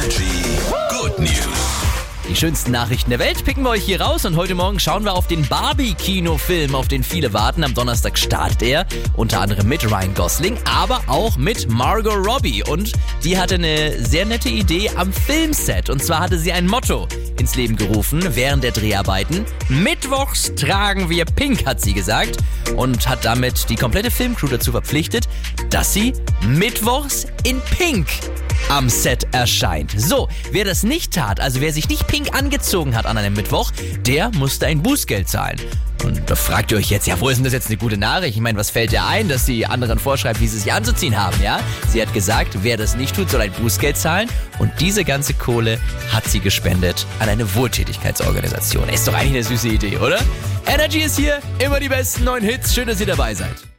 Energy Good News. Die schönsten Nachrichten der Welt picken wir euch hier raus und heute Morgen schauen wir auf den Barbie-Kinofilm, auf den viele warten. Am Donnerstag startet er, unter anderem mit Ryan Gosling, aber auch mit Margot Robbie. Und die hatte eine sehr nette Idee am Filmset. Und zwar hatte sie ein Motto ins Leben gerufen während der Dreharbeiten. Mittwochs tragen wir pink, hat sie gesagt. Und hat damit die komplette Filmcrew dazu verpflichtet, dass sie mittwochs in pink am Set erscheint. So, wer das nicht tat, also wer sich nicht pink angezogen hat an einem Mittwoch, der musste ein Bußgeld zahlen. Und da fragt ihr euch jetzt, ja, wo ist denn das jetzt eine gute Nachricht? Ich meine, was fällt dir ein, dass die anderen vorschreibt, wie sie sich anzuziehen haben, ja? Sie hat gesagt, wer das nicht tut, soll ein Bußgeld zahlen. Und diese ganze Kohle hat sie gespendet an eine Wohltätigkeitsorganisation. Ist doch eigentlich eine süße Idee, oder? Energy ist hier, immer die besten neuen Hits. Schön, dass ihr dabei seid.